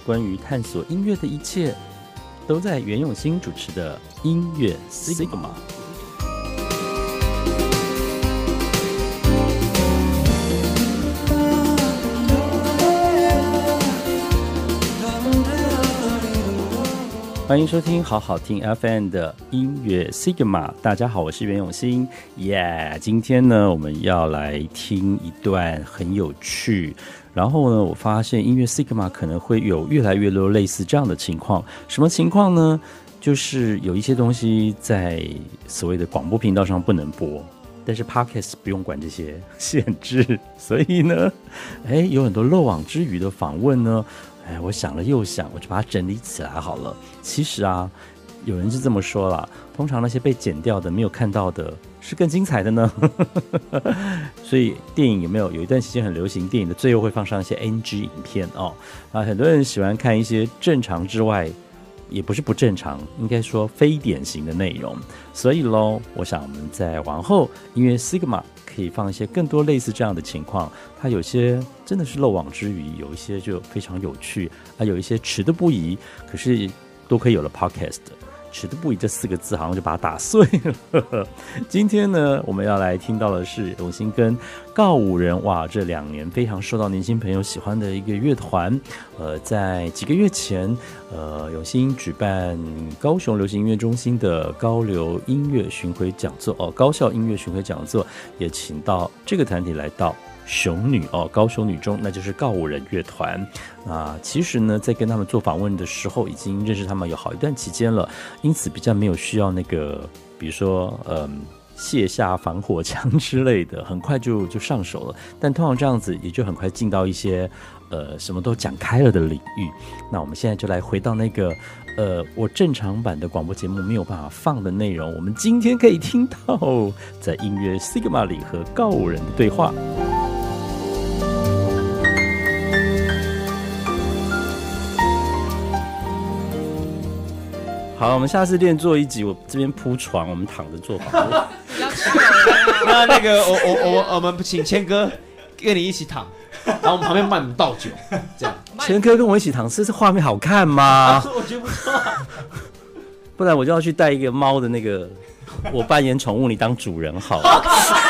关于探索音乐的一切，都在袁永新主持的音乐 Sigma。欢迎收听好好听 FM 的音乐 Sigma， 大家好，我是袁永新，今天呢，我们要来听一段很有趣，然后呢，我发现音乐 Sigma 可能会有越来越多类似这样的情况。什么情况呢？就是有一些东西在所谓的广播频道上不能播，但是 Podcast 不用管这些限制，所以呢，有很多漏网之鱼的访问呢。我想了又想，我就把它整理起来好了。其实啊，有人是这么说啦，通常那些被剪掉的、没有看到的，是更精彩的呢。所以电影有一段时间很流行，电影的最后会放上一些 NG 影片哦。很多人喜欢看一些正常之外，也不是不正常，应该说非典型的内容。所以咯，我想我们在往后音乐 Sigma 可以放一些更多类似这样的情况，它有些真的是漏网之鱼，有一些就非常有趣，有一些持的不疑，可是都可以有了 podcast。持的不疑这4个字好像就把它打碎了。今天呢，我们要来听到的是永新跟告五人，哇，这2年非常受到年轻朋友喜欢的一个乐团。在几个月前，永新举办高雄流行音乐中心的高流音乐巡回讲座，高校音乐巡回讲座，也请到这个团体来到雄女高雄女中，那就是告五人乐团。其实呢，在跟他们做访问的时候，已经认识他们有好一段期间了，因此比较没有需要那个，比如说卸下防火墙之类的，很快就上手了。但通常这样子，也就很快进到一些什么都讲开了的领域。那我们现在就来回到那个我正常版的广播节目没有办法放的内容，我们今天可以听到在音乐 Sigma 里和告五人的对话。好，我们下次练做一集，我这边铺床，我们躺着做访问。 那个我们请谦哥跟你一起躺，然后我们旁边帮你们倒酒，这样。 谦哥跟我一起躺，这画面好看吗？ 我觉得不错。 不然我就要去带一个猫的那个，我扮演宠物，你当主人好了。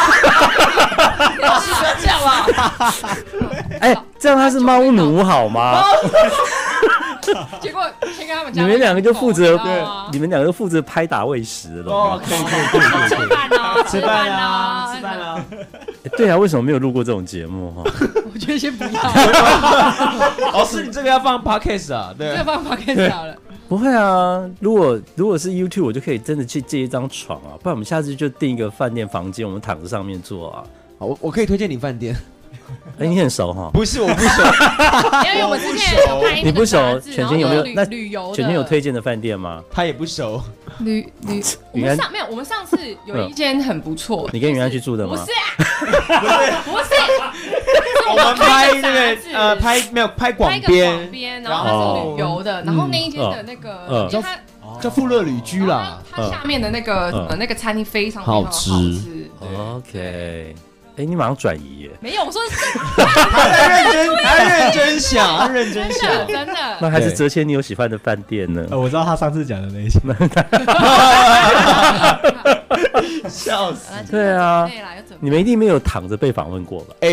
这样吧。 这样他是猫奴好吗？ 结果先跟他们讲，你们两个就负责，你们两个都负责拍打喂食的咯。 可以，吃饭啊。 对啊，为什么没有录过这种节目我觉得先不要。 是你这个要放 podcast 啊？对， 这个放 podcast 好了。 不会啊，如果是 YouTube， 我就可以真的去借一张床啊，不然我们下次就订一个饭店房间，我们躺在上面做啊。 好，我可以推荐你饭店。 你很熟哈？ 不是，我不熟。 因为我之前有拍一你不熟，全全有没有？那旅游全全有推荐的饭店吗？ 他也不熟。 我们上次有一间很不错。 你跟云安去住的吗？ 不是， 我们拍那个拍广编， 然后它是旅游的，然后那一间的那个叫富乐旅居啦。 它下面的那个餐厅非常好吃。 OK。你马上转移耶？ 没有，我说他认真想， 真的。 那还是哲谦你有喜欢的饭店呢？ 我知道他上次讲的那些。 笑死！ 对啊，你们一定没有躺着被访问过吧？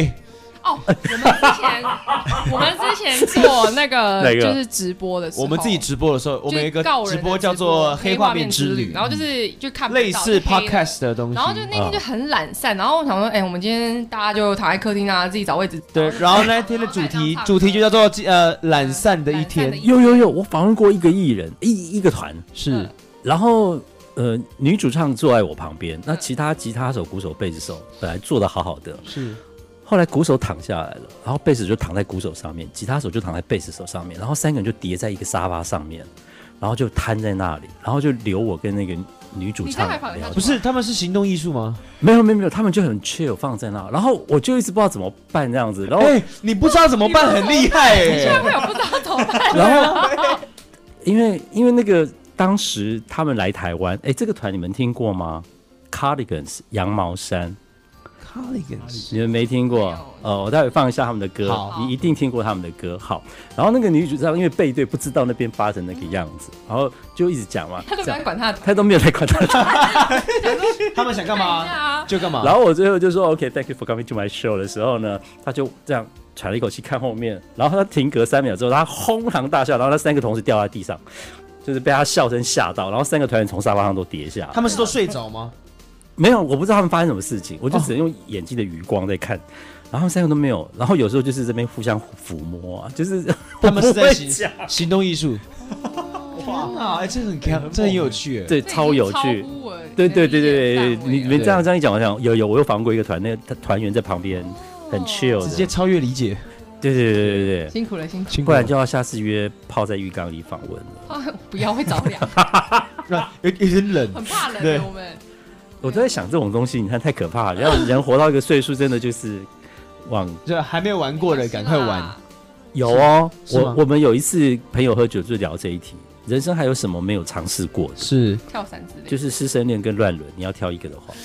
我们之前做那个就是直播的时候， 我们自己直播的时候，我们有一个直播叫做黑画面之旅， 然后就看类似 podcast 的东西， 然后就那天就很懒散，然后我想说，我们今天大家就躺在客厅啊，自己找位置。 对，然后那天的主题就叫做懒散的一天。 有，我访问过一个艺人，一个团是，然后女主唱坐在我旁边，那其他吉他手、鼓手、贝斯手本来坐得好好的， 是。 后来鼓手躺下来了，然后贝斯就躺在鼓手上面，吉他手就躺在贝斯手上面，然后3个人就叠在一个沙发上面，然后就瘫在那里，然后就留我跟那个女主唱聊。 不是，他们是行动艺术吗？ 没有，他们就很 chill 放在那，然后我就一直不知道怎么办这样子。然后你不知道怎么办很厉害你居然会有不知道怎么办。 然后因为那个当时他们来台湾，这个团你们听过吗？ Cardigans 羊毛衫。 Cardigans， 你们没听过？我待会放一下他们的歌，你一定听过他们的歌。好，然后那个女主角因为背对不知道那边发成那个样子，然后就一直讲嘛， 他都没有管他， 他都没有来管他。 他们想干嘛就干嘛。 然后我最后就说 OK，Thank you for coming to my show 的时候呢，他就这样喘了一口气看后面，然后他停格3秒之后，他哄堂大笑，然后那3个同事掉在地上，就是被他笑声吓到，然后3个团员从沙发上都跌下。 他们是都睡着吗？ 没有，我不知道他们发生什么事情，我就只能用眼睛的余光在看。然后3个都没有，然后有时候就是这边互相抚摸啊，就是他们是在行动艺术。哇，哎，这很这很有趣， 对，超有趣。对，你们这样一讲，我想有我又访问过一个团，那个团员在旁边很 chill， 直接超越理解。 对， 辛苦了， 不然就要下次约泡在浴缸里访问了。 不要，会着凉， 有点冷， 很怕冷。 我都在想这种东西，你看太可怕了，让人活到一个岁数，真的就是就还没有玩过的赶快玩。 有哦，我们有一次朋友喝酒就聊这一题，人生还有什么没有尝试过的？ 是跳伞之类的， 就是师生恋跟乱伦，你要挑一个的话。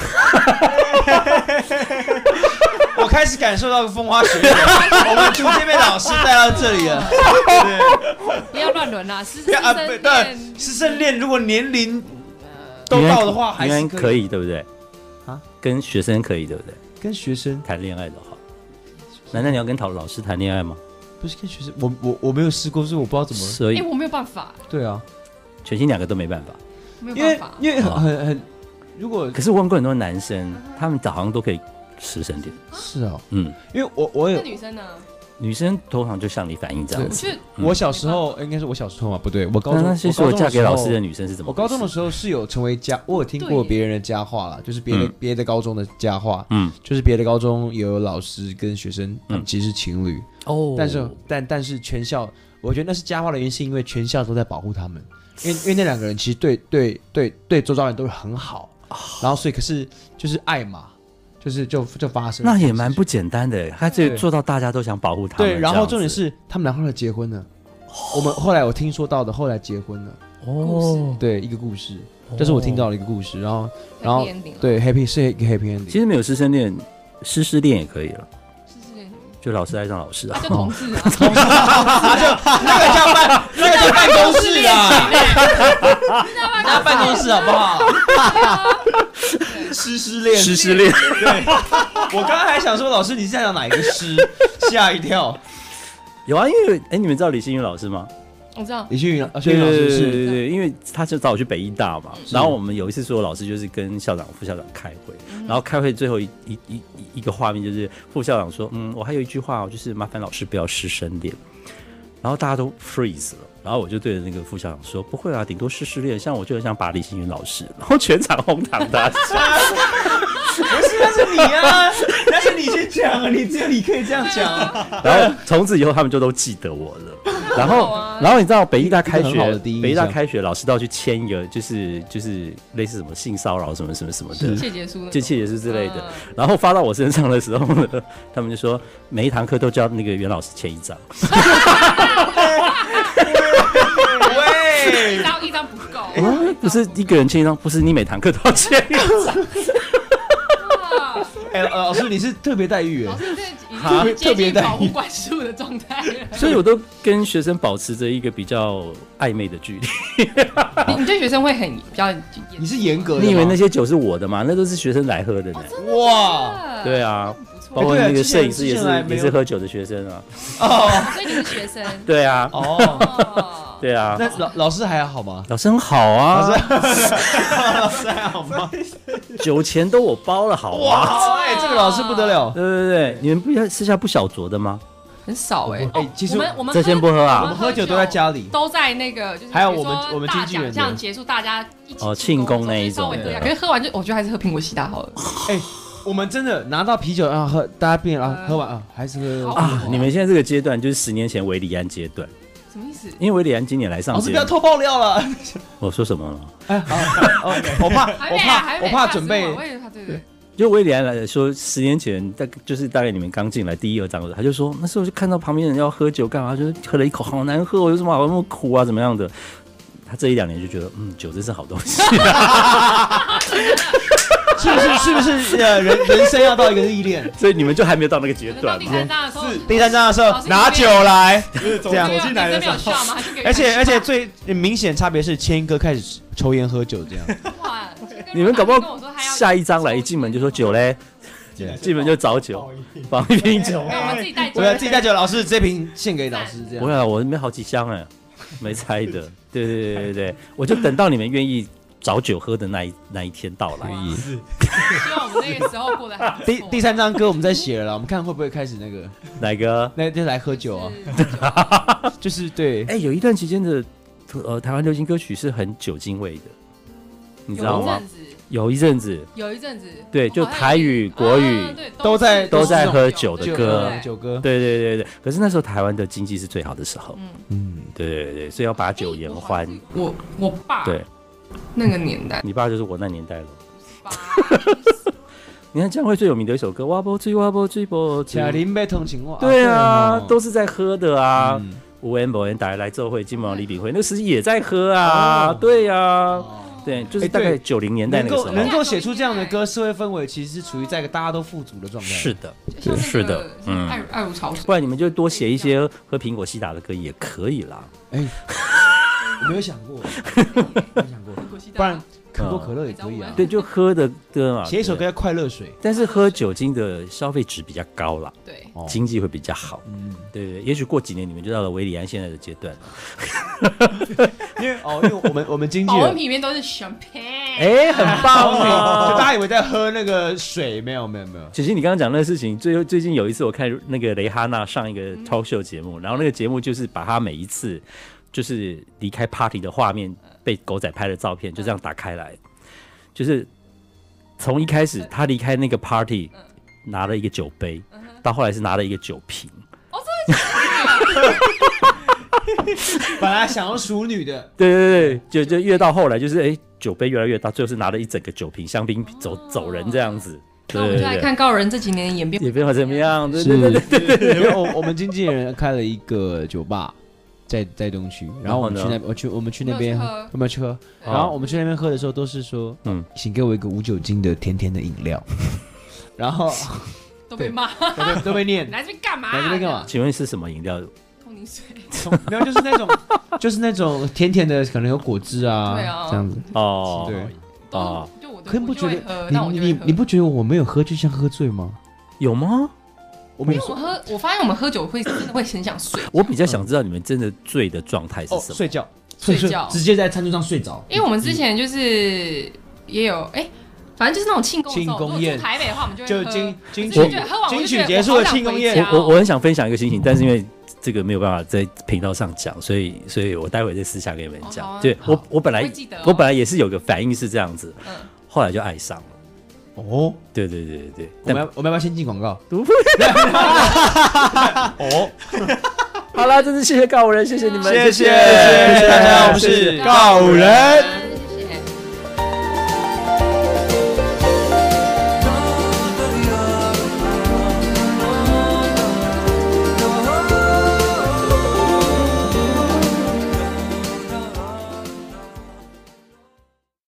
我开始感受到风花雪月，我们逐渐被老师带到这里了。对， 不要乱伦啦，师生恋如果年龄都到的话，还是可以，对不对？啊，跟学生可以，对不对？ 跟学生谈恋爱的话，难道你要跟老师谈恋爱吗？ 不是跟学生，我没有试过，所以我不知道怎么。 所以我没有办法。 对啊， 全新2个都没办法， 没有办法， 因为很如果可是我问过很多男生，他们好像都可以师生恋。 是哦，因为我有女生呢。 女生通常就像你反应这样子。 我小时候应该是我小时候嘛，不对，我高中。 那些说嫁给老师的女生是怎么？ 我高中的时候是有成为我有听过别人的佳话啦，就是别的高中的佳话，就是别的高中有老师跟学生，其实是情侣哦。但是全校，我觉得那是佳话的原因，是因为全校都在保护他们，因为那2个人其实对周遭人都是很好，然后所以可是就是爱嘛。就发生， 那也蛮不简单的。他这做到大家都想保护他们。 对，然后重点是他们俩后来结婚了。我们后来我听说到的，后来结婚了。 哦， 对，一个故事，这是我听到的一个故事。然后对 happy 是一个 happy ending。 其实没有师生恋，师恋也可以了。就老师爱上老师啊， 就同事啊， 那个叫办公室啊，那办公室好不好？师恋，对。我刚刚还想说，老师你是在讲哪一个师？吓一跳。 有啊，因为你们知道李星云老师吗？ 我知道李星云老师是， 对，因为他就找我去北医大嘛，然后我们有一次所有老师就是跟校长、副校长开会，然后开会最后一个画面就是副校长说，我还有一句话哦，就是麻烦老师不要师生恋，然后大家都 freeze 了，然后我就对着那个副校长说，不会啊，顶多师恋，像我就很想把李星云老师，然后全场哄堂大笑。 不是，那是你啊，那是你先讲啊，只有你可以这样讲啊。 然后从此以后他们就都记得我了。然后你知道北医大开学，老师都要去签一个，就是类似什么性骚扰什么的切结书， 就切结书之类的。然后发到我身上的时候呢，他们就说每一堂课都叫那个袁老师签一张。 喂，一张不够， 不是一个人签一张，不是你每堂课都要签一张。 老师你是特别待遇， 老师是特别保护管束的状态， 所以我都跟学生保持着一个比较暧昧的距离。 你对学生会比较， 你是严格的吗？ 你以为那些酒是我的吗？那都是学生来喝的呢。 哇， 对啊，包括那个摄影师也是喝酒的学生啊。 哦，所以你是学生。 对啊。哦。对啊， 那老师还好吗？ 老师很好啊， 老师还好吗？ 酒钱都我包了，好啊！ 哇，这个老师不得了。 对，你们不要私下不小酌的吗？ 很少其实我们这先不喝啊， 我们喝酒都在家里， 都在那个就是还有我们经纪人这样结束，大家一起庆功那一种。 可是喝完我觉得还是喝苹果西打好了。 我们真的拿到啤酒然后喝，大家变喝完还是喝啊！你们现在这个阶段就是10年前韦礼安阶段。 什么意思？ 因为韦礼安今年来上节目， 老师不要偷爆料了。 我说什么了？ 好，我怕准备。 对。 就韦礼安来说，10年前大概你们刚进来第1、2章的时候，他就说那时候就看到旁边人要喝酒干嘛，就是喝了一口好难喝，有什么好那么苦啊，怎么样的？他这1、2年就觉得，酒真是好东西。 是不是人生要到一个历练？ 所以你们就还没有到那个阶段。 第3章的时候， 第3章的时候拿酒来， 这样走进来的时候， 而且最明显差别是谦哥开始抽烟喝酒这样。 哇， 你们搞不好下一章来一进门就说酒嘞。进门就找酒，放一瓶酒。 我们自己带酒， 自己带酒。老师这瓶献给老师，这样。 不会啊，我没好几箱哎，没拆的。对，我就等到你们愿意找酒喝的那一天到来。 希望我们那个时候过得还不错。 第3章歌我们在写了，我们看会不会开始那个哪个？ 那就来喝酒啊，就是对。 有一段期间的台湾流行歌曲是很酒精味的，你知道吗？有一阵子，对，就台语、国语都在喝酒的歌， 酒歌， 对。可是那时候台湾的经济是最好的时候，对，所以要把酒言欢。 我爸对那个年代， 你爸就是我那年代了。你看江蕙最有名的一首歌，我没醉，我没醉，不醉。对啊，都是在喝的啊。无缘不缘打来奏会，金毛李炳辉那时也在喝啊，对啊。对，就是大概90年代那个时候， 能够写出这样的歌，社会氛围其实是处于在一个大家都富足的状态。 是的， 爱如潮水。 不然你们就多写一些喝苹果西打的歌也可以啦。 我没有想过，不然可口可乐也可以啊。 对，就喝的歌嘛， 写一首歌叫《快乐水》， 但是喝酒精的消费值比较高啦， 对， 经济会比较好。对，也许过几年你们就到了维里安现在的阶段。 因为我们经纪人保温瓶里面都是 champagne， 很棒哦！就大家以为在喝那个水，没有。 其实你刚刚讲那个事情，最近有一次我看那个蕾哈娜上一个 talk show 节目，然后那个节目就是把他每一次就是离开 party 的画面被狗仔拍的照片就这样打开来，就是从一开始他离开那个 party 拿了一个酒杯，到后来是拿了一个酒瓶。 本来想要淑女的， 对，就越到后来就是酒杯越来越大，最后是拿了一整个酒瓶香槟走人这样子。 那我们就来看高人这几年的演变化怎么样？对。 因为我们经纪人开了一个酒吧在东区，然后我们去那边有没有去喝？然后我们去那边喝的时候都是说，请给我一个无酒精的甜甜的饮料，然后都被骂， 都被念， 来这边干嘛？ 请问是什么饮料？ 没有，就是那种甜甜的，可能有果汁啊，这样子。对可不觉得你不觉得我没有喝就像喝醉吗？ 有吗？ 我发现我们喝酒真的会很想睡。 我比较想知道你们真的醉的状态是什么？ 睡觉，直接在餐桌上睡着。 因为我们之前就是也有反正就是那种庆功宴。台北的话，我们就会喝。 金曲结束的庆功宴。 我很想分享一个心情，但是因为这个没有办法在频道上讲，所以我待会再私下跟你们讲。对，我本来也是有个反应是这样子，后来就爱上了。对。 我们要不要先进广告？ 好啦，真是谢谢告五人，谢谢你们， 谢谢大家，我们是告五人。